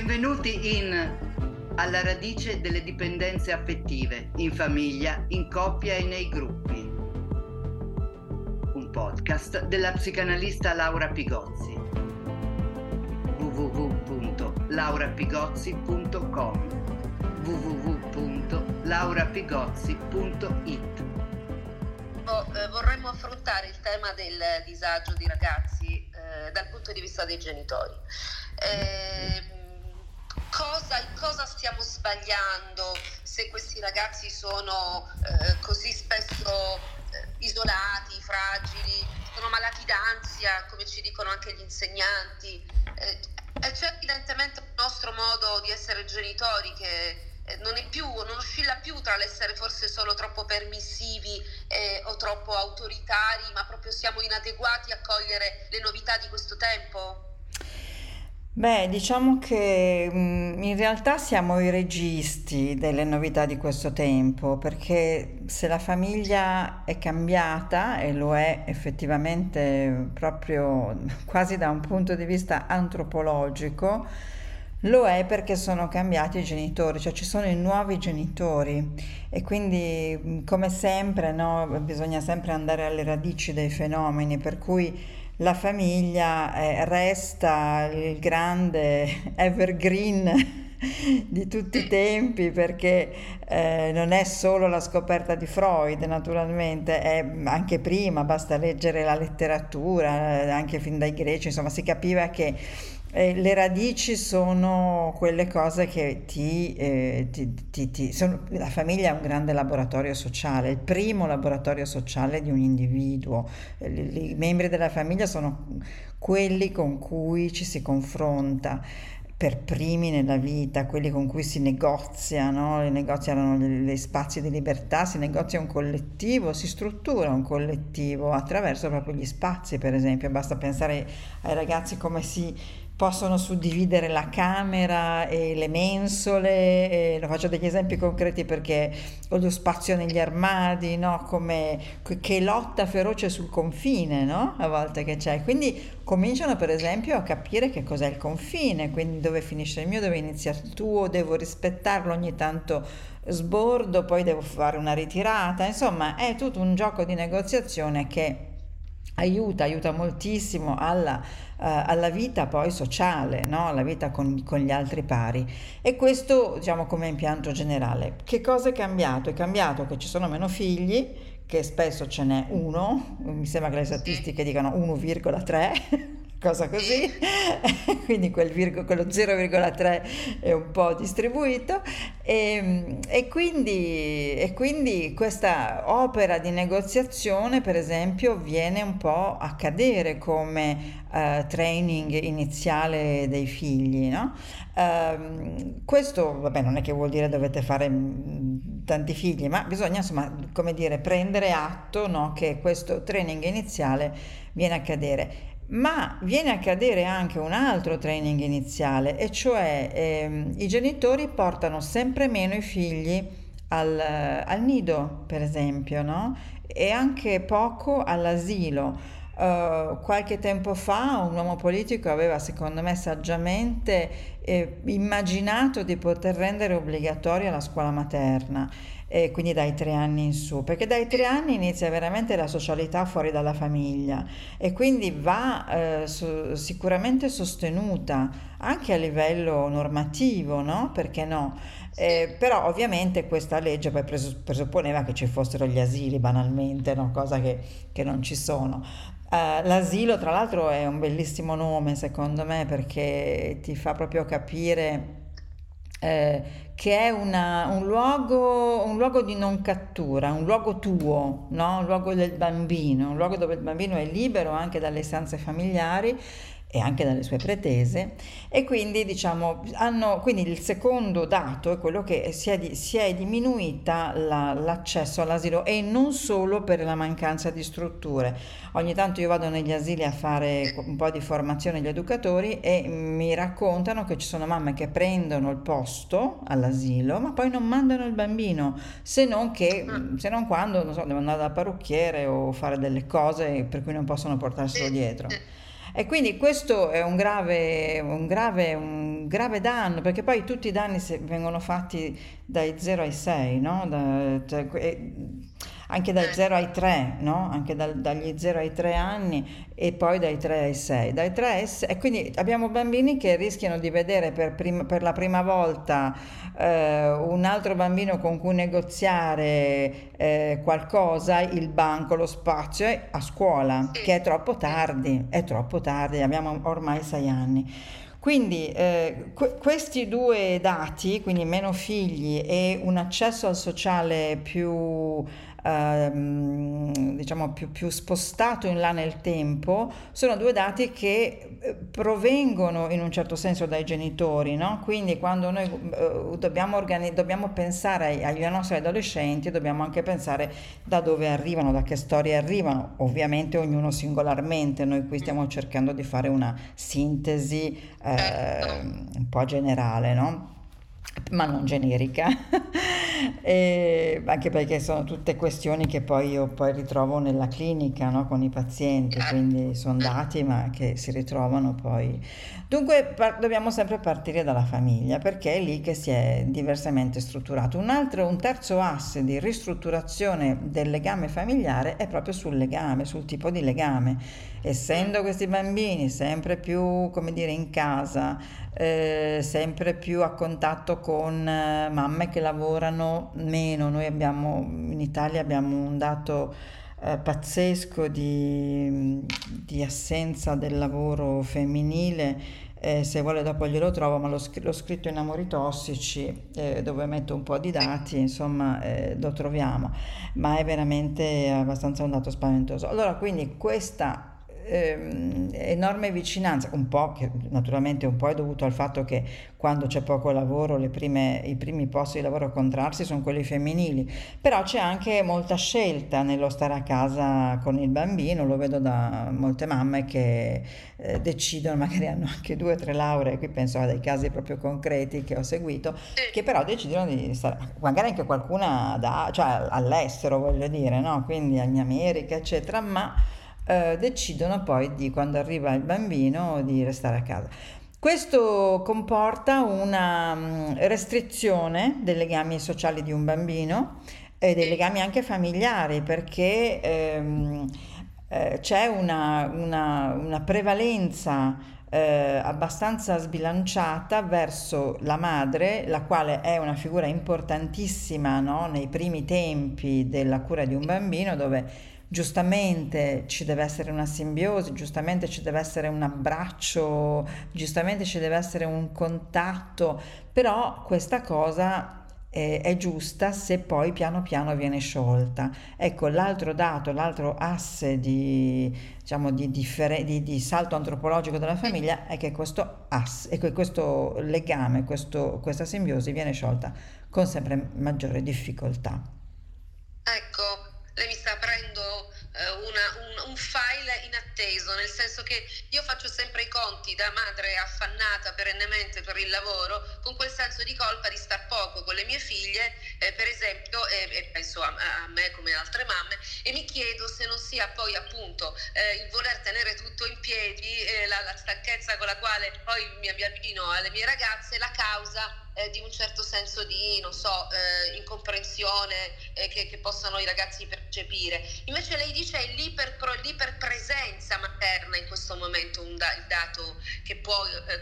Benvenuti in Alla radice delle dipendenze affettive, in famiglia, in coppia e nei gruppi. Un podcast della psicanalista Laura Pigozzi. www.laurapigozzi.com www.laurapigozzi.it. Vorremmo affrontare il tema del disagio di ragazzi dal punto di vista dei genitori. Cosa stiamo sbagliando se questi ragazzi sono così spesso isolati, fragili, sono malati d'ansia, come ci dicono anche gli insegnanti? C'è evidentemente un nostro modo di essere genitori che non oscilla più tra l'essere forse solo troppo permissivi o troppo autoritari, ma proprio siamo inadeguati a cogliere le novità di questo tempo? Beh, diciamo che in realtà siamo i registi delle novità di questo tempo, perché se la famiglia è cambiata, e lo è effettivamente proprio quasi da un punto di vista antropologico, lo è perché sono cambiati i genitori, cioè ci sono i nuovi genitori e quindi come sempre, no, bisogna sempre andare alle radici dei fenomeni, per cui la famiglia resta il grande evergreen di tutti i tempi, perché non è solo la scoperta di Freud, naturalmente, è anche prima, basta leggere la letteratura, anche fin dai greci, insomma si capiva che le radici sono quelle cose che la famiglia è un grande laboratorio sociale, il primo laboratorio sociale di un individuo. I membri della famiglia sono quelli con cui ci si confronta per primi nella vita, quelli con cui si negozia, no? Negoziano gli spazi di libertà, si negozia un collettivo, si struttura un collettivo attraverso proprio gli spazi, per esempio. Basta pensare ai ragazzi come si possono suddividere la camera e le mensole, e lo faccio degli esempi concreti perché ho lo spazio negli armadi, no? Che lotta feroce sul confine, no? A volte che c'è, quindi cominciano per esempio a capire che cos'è il confine, quindi dove finisce il mio, dove inizia il tuo, devo rispettarlo, ogni tanto sbordo, poi devo fare una ritirata, insomma è tutto un gioco di negoziazione che aiuta moltissimo alla vita poi sociale, no? Alla vita con gli altri pari. E questo, diciamo, come impianto generale. Che cosa è cambiato? È cambiato che ci sono meno figli, che spesso ce n'è uno, mi sembra che le statistiche dicano 1,3, cosa così, quindi quello 0,3 è un po' distribuito e quindi questa opera di negoziazione, per esempio, viene un po' a cadere come training iniziale dei figli, no? Questo, vabbè, non è che vuol dire dovete fare tanti figli, ma bisogna, insomma, come dire, prendere atto, no, che questo training iniziale viene a cadere. Ma viene a cadere anche un altro training iniziale, e cioè i genitori portano sempre meno i figli al nido, per esempio, no? E anche poco all'asilo. Qualche tempo fa un uomo politico aveva, secondo me saggiamente, immaginato di poter rendere obbligatoria la scuola materna, quindi dai 3 anni in su, perché dai 3 anni inizia veramente la socialità fuori dalla famiglia e quindi va sicuramente sostenuta anche a livello normativo, no? Perché no? Però ovviamente questa legge poi presupponeva che ci fossero gli asili banalmente, no? Cosa che non ci sono. L'asilo, tra l'altro, è un bellissimo nome secondo me, perché ti fa proprio capire che è un luogo di non cattura, un luogo tuo, no? Un luogo del bambino, un luogo dove il bambino è libero anche dalle istanze familiari e anche dalle sue pretese, e quindi diciamo quindi il secondo dato è quello che si è diminuita l'accesso all'asilo, e non solo per la mancanza di strutture. Ogni tanto io vado negli asili a fare un po' di formazione agli educatori e mi raccontano che ci sono mamme che prendono il posto all'asilo ma poi non mandano il bambino, se non quando, non so, devono andare dal parrucchiere o fare delle cose per cui non possono portarselo dietro. E quindi questo è un grave grave danno, perché poi tutti i danni vengono fatti dai 0 ai 6, no? Anche dai 0 ai 3, no? Anche dagli 0 ai 3 anni e poi dai 3 ai 6. Dai 3 ai 6, e quindi abbiamo bambini che rischiano di vedere per la prima volta un altro bambino con cui negoziare qualcosa, il banco, lo spazio a scuola, che è troppo tardi, abbiamo ormai 6 anni. Quindi questi due dati, quindi meno figli e un accesso al sociale più, diciamo, più spostato in là nel tempo, sono due dati che provengono in un certo senso dai genitori, no? Quindi quando noi dobbiamo pensare agli nostri adolescenti, dobbiamo anche pensare da dove arrivano, da che storie arrivano, ovviamente ognuno singolarmente. Noi qui stiamo cercando di fare una sintesi un po' generale, no? Ma non generica. E anche perché sono tutte questioni che poi io poi ritrovo nella clinica, no? Con i pazienti, quindi sono dati ma che si ritrovano poi. Dunque dobbiamo sempre partire dalla famiglia, perché è lì che si è diversamente strutturato. Un terzo asse di ristrutturazione del legame familiare è proprio sul legame, sul tipo di legame. Essendo questi bambini sempre più, come dire, in casa, sempre più a contatto con mamme che lavorano meno. Noi in Italia abbiamo un dato pazzesco di assenza del lavoro femminile. Se vuole dopo glielo trovo, ma l'ho scritto in Amori Tossici, dove metto un po' di dati, insomma, lo troviamo, ma è veramente abbastanza un dato spaventoso. Allora, quindi questa enorme vicinanza, un po' che naturalmente un po' è dovuto al fatto che quando c'è poco lavoro i primi posti di lavoro a contrarsi sono quelli femminili, però c'è anche molta scelta nello stare a casa con il bambino. Lo vedo da molte mamme che decidono, magari hanno anche 2 o 3 lauree, qui penso a dei casi proprio concreti che ho seguito, che però decidono di stare, magari anche qualcuna cioè all'estero, voglio dire, no? Quindi in America eccetera, ma decidono poi quando arriva il bambino di restare a casa. Questo comporta una restrizione dei legami sociali di un bambino e dei legami anche familiari, perché c'è una prevalenza abbastanza sbilanciata verso la madre, la quale è una figura importantissima, no? Nei primi tempi della cura di un bambino, dove giustamente ci deve essere una simbiosi, giustamente ci deve essere un abbraccio, giustamente ci deve essere un contatto, però questa cosa è giusta se poi piano piano viene sciolta. Ecco, l'altro dato, l'altro asse diciamo, di salto antropologico della famiglia è che questo asse, e che questo legame, questa simbiosi viene sciolta con sempre maggiore difficoltà. Ecco, lei mi sta aprendo un file inatteso, nel senso che io faccio sempre i conti da madre affannata perennemente per il lavoro, con quel senso di colpa di star poco con le mie figlie, per esempio, e penso a me come altre mamme, e mi chiedo se non sia poi appunto il voler tenere tutto in piedi, la stanchezza con la quale poi mi avvicino alle mie ragazze, la causa di un certo senso di, non so, incomprensione che possano i ragazzi percepire. Invece lei dice è l'iperpresenza materna in questo momento il dato che può,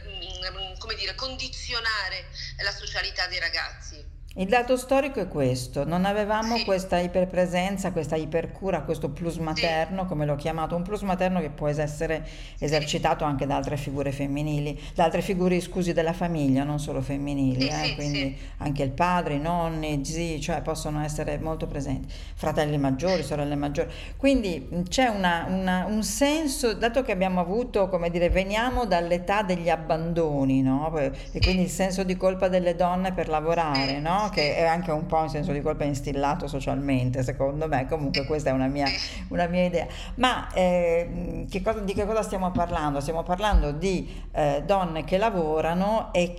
come dire, condizionare la socialità dei ragazzi. Il dato storico è questo: non avevamo questa iperpresenza, questa ipercura, questo plus materno, come l'ho chiamato, un plus materno che può essere esercitato anche da altre figure femminili, da altre figure, scusi, della famiglia, non solo femminili, quindi anche il padre, i nonni, zii, cioè possono essere molto presenti, fratelli maggiori, sorelle maggiori. Quindi c'è un senso, dato che abbiamo avuto, come dire, veniamo dall'età degli abbandoni, no? E quindi il senso di colpa delle donne per lavorare, no? Che è anche un po' un senso di colpa instillato socialmente, secondo me. Comunque questa è una mia idea. Ma di che cosa stiamo parlando? Stiamo parlando di donne che lavorano e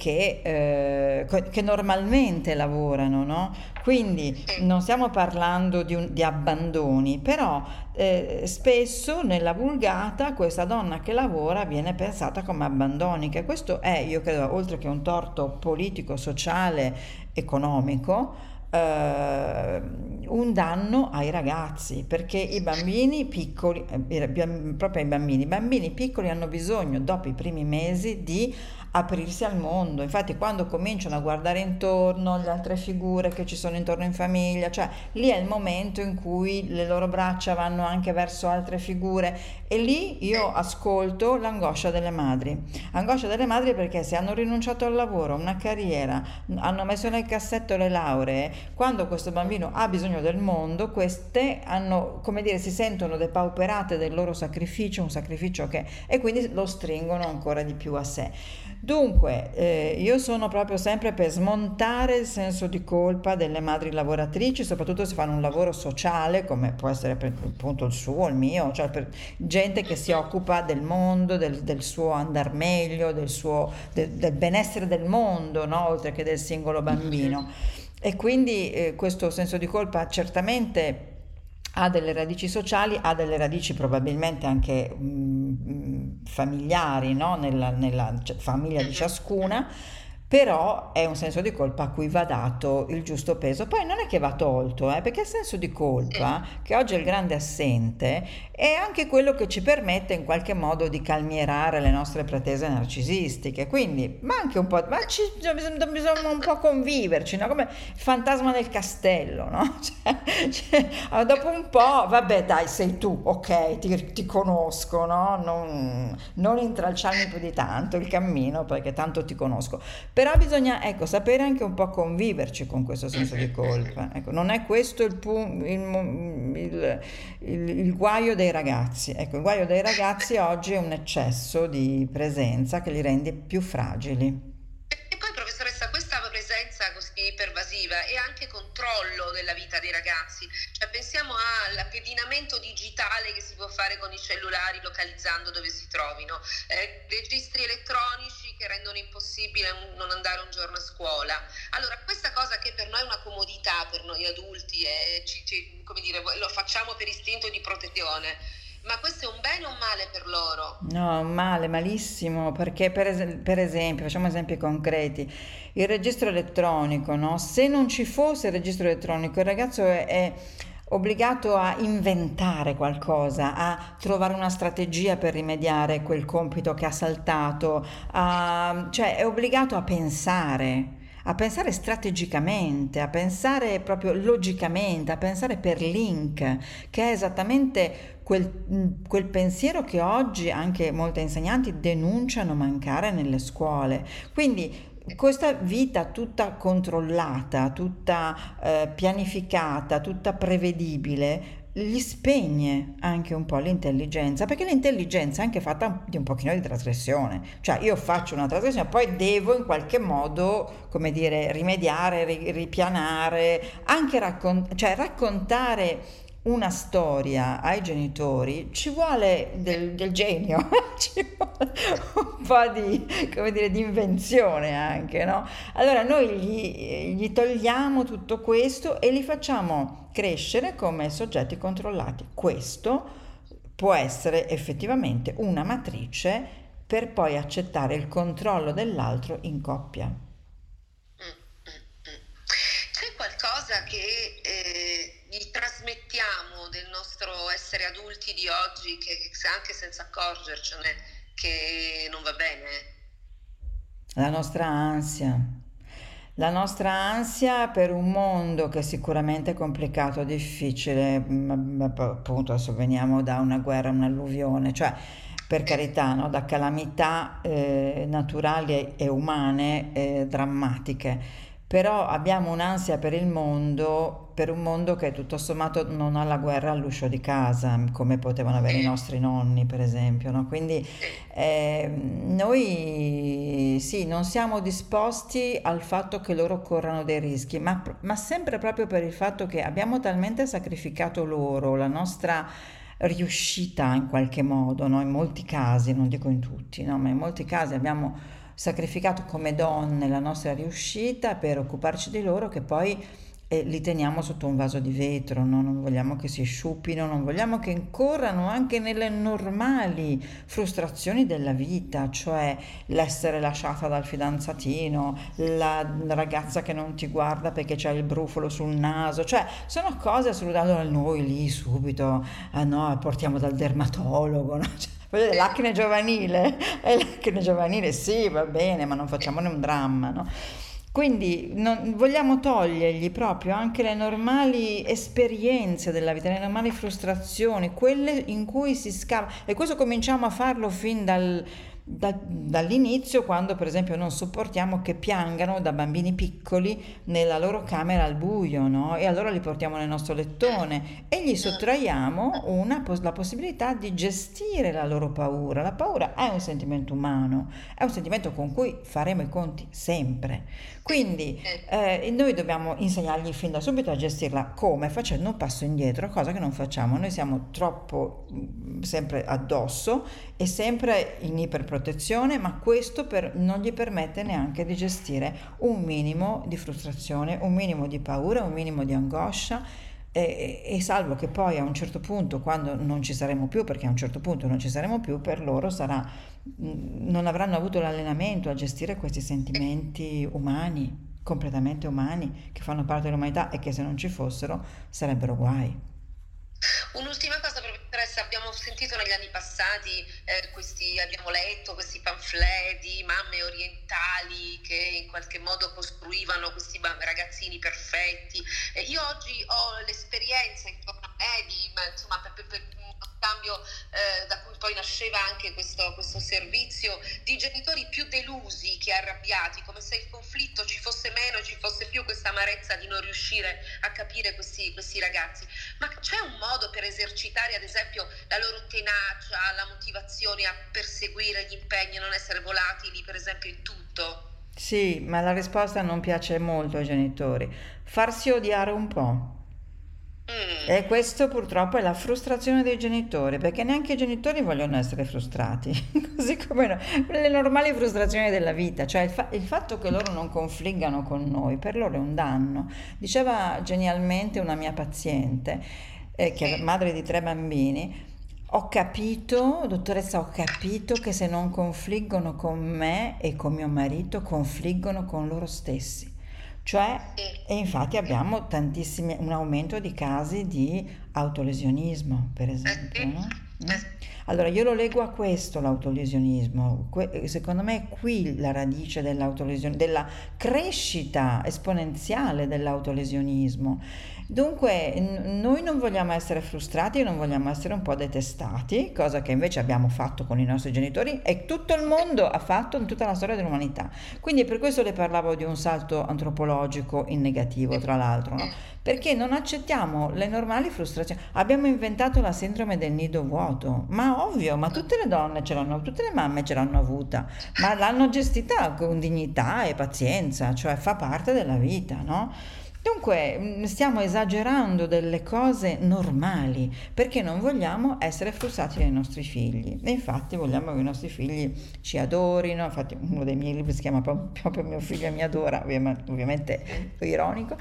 che normalmente lavorano, no? Quindi non stiamo parlando di abbandoni, però spesso nella vulgata questa donna che lavora viene pensata come abbandonica. Questo è, io credo, oltre che un torto politico, sociale, economico, un danno ai ragazzi, perché i bambini piccoli, proprio i bambini piccoli hanno bisogno dopo i primi mesi di aprirsi al mondo. Infatti quando cominciano a guardare intorno le altre figure che ci sono intorno in famiglia, cioè lì è il momento in cui le loro braccia vanno anche verso altre figure, e lì io ascolto l'angoscia delle madri. Angoscia delle madri perché se hanno rinunciato al lavoro, una carriera, hanno messo nel cassetto le lauree, quando questo bambino ha bisogno del mondo, queste hanno, come dire, si sentono depauperate del loro sacrificio, un sacrificio che, e quindi lo stringono ancora di più a sé. Dunque, io sono proprio sempre per smontare il senso di colpa delle madri lavoratrici, soprattutto se fanno un lavoro sociale, come può essere appunto il suo, il mio, cioè per gente che si occupa del mondo, del suo andar meglio, del benessere del mondo, no? Oltre che del singolo bambino. E quindi questo senso di colpa certamente ha delle radici sociali, ha delle radici probabilmente anche familiari, no? Nella famiglia di ciascuna, però è un senso di colpa a cui va dato il giusto peso. Poi non è che va tolto, perché il senso di colpa, che oggi è il grande assente, è anche quello che ci permette in qualche modo di calmierare le nostre pretese narcisistiche. Quindi, ma anche un po', bisogna un po' conviverci, no? Come il fantasma del castello, no? Allora, dopo un po', vabbè, dai, sei tu, ok, ti conosco, no? Non intralciarmi più di tanto il cammino, perché tanto ti conosco. Però bisogna, ecco, sapere anche un po' conviverci con questo senso di colpa. Ecco, non è questo il guaio dei ragazzi. Ecco, il guaio dei ragazzi oggi è un eccesso di presenza che li rende più fragili. E poi, professoressa, questa presenza così pervasiva è anche controllo della vita dei ragazzi. Cioè, pensiamo all'appedinamento digitale che si può fare con i cellulari localizzando dove si trovino, registri elettronici che rendono impossibile non andare un giorno a scuola. Allora, questa cosa che per noi è una comodità, per noi adulti, come dire, lo facciamo per istinto di protezione, ma questo è un bene o un male per loro? No, male, malissimo, perché per esempio, facciamo esempi concreti, il registro elettronico, no? Se non ci fosse il registro elettronico, il ragazzo è obbligato a inventare qualcosa, a trovare una strategia per rimediare quel compito che ha saltato, cioè è obbligato a pensare strategicamente, a pensare proprio logicamente, a pensare per link, che è esattamente quel pensiero che oggi anche molte insegnanti denunciano mancare nelle scuole. Quindi questa vita tutta controllata, tutta pianificata, tutta prevedibile, gli spegne anche un po' l'intelligenza, perché l'intelligenza è anche fatta di un pochino di trasgressione, cioè io faccio una trasgressione, poi devo in qualche modo, come dire, rimediare, ripianare, anche cioè raccontare una storia ai genitori ci vuole del genio, ci vuole un po' di, come dire, di invenzione anche, no? Allora noi gli togliamo tutto questo e li facciamo crescere come soggetti controllati. Questo può essere effettivamente una matrice per poi accettare il controllo dell'altro in coppia. C'è qualcosa che gli trasmettiamo del nostro essere adulti di oggi, che anche senza accorgercene, che non va bene? La nostra ansia per un mondo che sicuramente è complicato, difficile, appunto adesso veniamo da una guerra, un'alluvione, cioè per carità, no? Da calamità naturali e umane drammatiche, però abbiamo un'ansia per un mondo che tutto sommato non ha la guerra all'uscio di casa, come potevano avere i nostri nonni, per esempio, no? Quindi noi sì, non siamo disposti al fatto che loro corrano dei rischi, ma sempre proprio per il fatto che abbiamo talmente sacrificato loro, la nostra riuscita in qualche modo, no? In molti casi, non dico in tutti, no? Ma in molti casi abbiamo sacrificato come donne la nostra riuscita per occuparci di loro, che poi e li teniamo sotto un vaso di vetro, no? Non vogliamo che si sciupino, non vogliamo che incorrano anche nelle normali frustrazioni della vita, cioè l'essere lasciata dal fidanzatino, la ragazza che non ti guarda perché c'è il brufolo sul naso, cioè sono cose assolutamente, allora noi lì subito, ah no, portiamo dal dermatologo, no? Cioè, voglio dire, l'acne giovanile, l'acne giovanile sì, va bene, ma non facciamone un dramma, no? Quindi vogliamo togliergli proprio anche le normali esperienze della vita, le normali frustrazioni, quelle in cui si scava. E questo cominciamo a farlo fin dall'inizio, quando per esempio non sopportiamo che piangano da bambini piccoli nella loro camera al buio, no? E allora li portiamo nel nostro lettone e gli sottraiamo la possibilità di gestire la loro paura. La paura è un sentimento umano, è un sentimento con cui faremo i conti sempre. Quindi noi dobbiamo insegnargli fin da subito a gestirla come? Facendo un passo indietro, cosa che non facciamo. Noi siamo troppo sempre addosso e sempre in iperprotezione, ma questo non gli permette neanche di gestire un minimo di frustrazione, un minimo di paura, un minimo di angoscia. E salvo che poi a un certo punto, quando non ci saremo più, perché a un certo punto non ci saremo più, per loro non avranno avuto l'allenamento a gestire questi sentimenti umani, completamente umani, che fanno parte dell'umanità e che se non ci fossero sarebbero guai. Un'ultima cosa, professoressa, abbiamo sentito negli anni passati, abbiamo letto questi pamfletti, mamme orientali che in qualche modo costruivano questi ragazzini perfetti. Io oggi ho l'esperienza intorno a me insomma, per uno scambio da cui poi nasceva anche questo servizio, di genitori più delusi che arrabbiati, come se il conflitto ci fosse meno e ci fosse più questa amarezza di non riuscire a capire questi ragazzi. Ma c'è un modo per esercitare ad esempio la loro tenacia, la motivazione a perseguire gli impegni e non essere volatili per esempio in tutto? Sì, ma la risposta non piace molto ai genitori. Farsi odiare un po'. E Mm, questo purtroppo è la frustrazione dei genitori, perché neanche i genitori vogliono essere frustrati, così come le normali frustrazioni della vita, cioè il fatto che loro non confliggano con noi, per loro è un danno. Diceva genialmente una mia paziente, che è sì, madre di 3 bambini, ho capito, dottoressa, ho capito che se non confliggono con me e con mio marito, confliggono con loro stessi. Cioè, sì. e infatti abbiamo tantissimi, un aumento di casi di autolesionismo, per esempio, Sì, no? Mm? sì. Allora, io lo leggo a questo l'autolesionismo. Secondo me è qui la radice della crescita esponenziale dell'autolesionismo. Dunque, noi non vogliamo essere frustrati e non vogliamo essere un po' detestati, cosa che invece abbiamo fatto con i nostri genitori e tutto il mondo ha fatto in tutta la storia dell'umanità. Quindi per questo le parlavo di un salto antropologico in negativo, tra l'altro, no? Perché non accettiamo le normali frustrazioni. Abbiamo inventato la sindrome del nido vuoto, ma ovvio, ma tutte le donne ce l'hanno, tutte le mamme ce l'hanno avuta, ma l'hanno gestita con dignità e pazienza, cioè fa parte della vita, no? Dunque, stiamo esagerando delle cose normali perché non vogliamo essere frustrati dai nostri figli. E infatti vogliamo che i nostri figli ci adorino. Infatti, uno dei miei libri si chiama proprio Mio figlio mi adora, ovviamente ironico.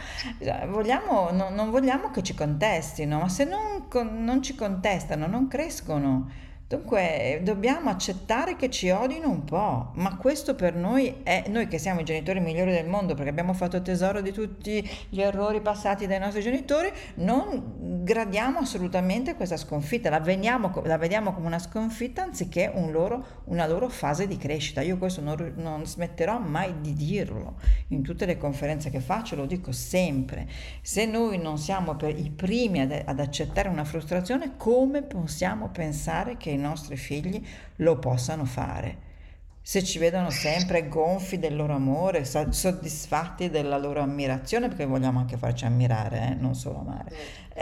Non vogliamo che ci contestino, ma se non ci contestano, non crescono. Dunque, dobbiamo accettare che ci odino un po', ma questo per noi è, noi che siamo i genitori migliori del mondo, perché abbiamo fatto tesoro di tutti gli errori passati dai nostri genitori, non gradiamo assolutamente questa sconfitta, la vediamo come una sconfitta anziché una loro fase di crescita. Io questo non smetterò mai di dirlo in tutte le conferenze che faccio, lo dico sempre. Se noi non siamo i primi ad accettare una frustrazione, come possiamo pensare che i nostri figli lo possano fare? Se ci vedono sempre gonfi del loro amore, soddisfatti della loro ammirazione, perché vogliamo anche farci ammirare, non solo amare.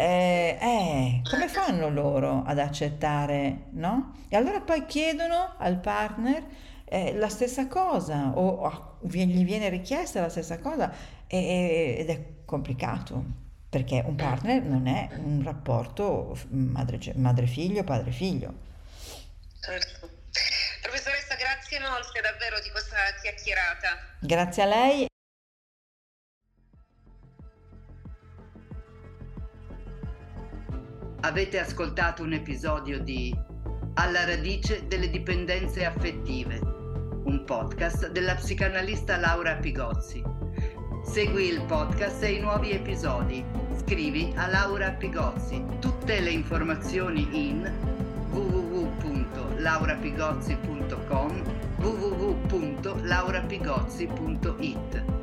Come fanno loro ad accettare, no? E allora poi chiedono al partner la stessa cosa gli viene richiesta la stessa cosa ed è complicato perché un partner non è un rapporto madre-figlio, padre-figlio. Certo. Professoressa, grazie molte davvero di questa chiacchierata. Grazie a lei. Avete ascoltato un episodio di Alla radice delle dipendenze affettive, un podcast della psicanalista Laura Pigozzi. Segui il podcast e i nuovi episodi. Scrivi a Laura Pigozzi. Tutte le informazioni in www.laurapigozzi.com, www.laurapigozzi.it.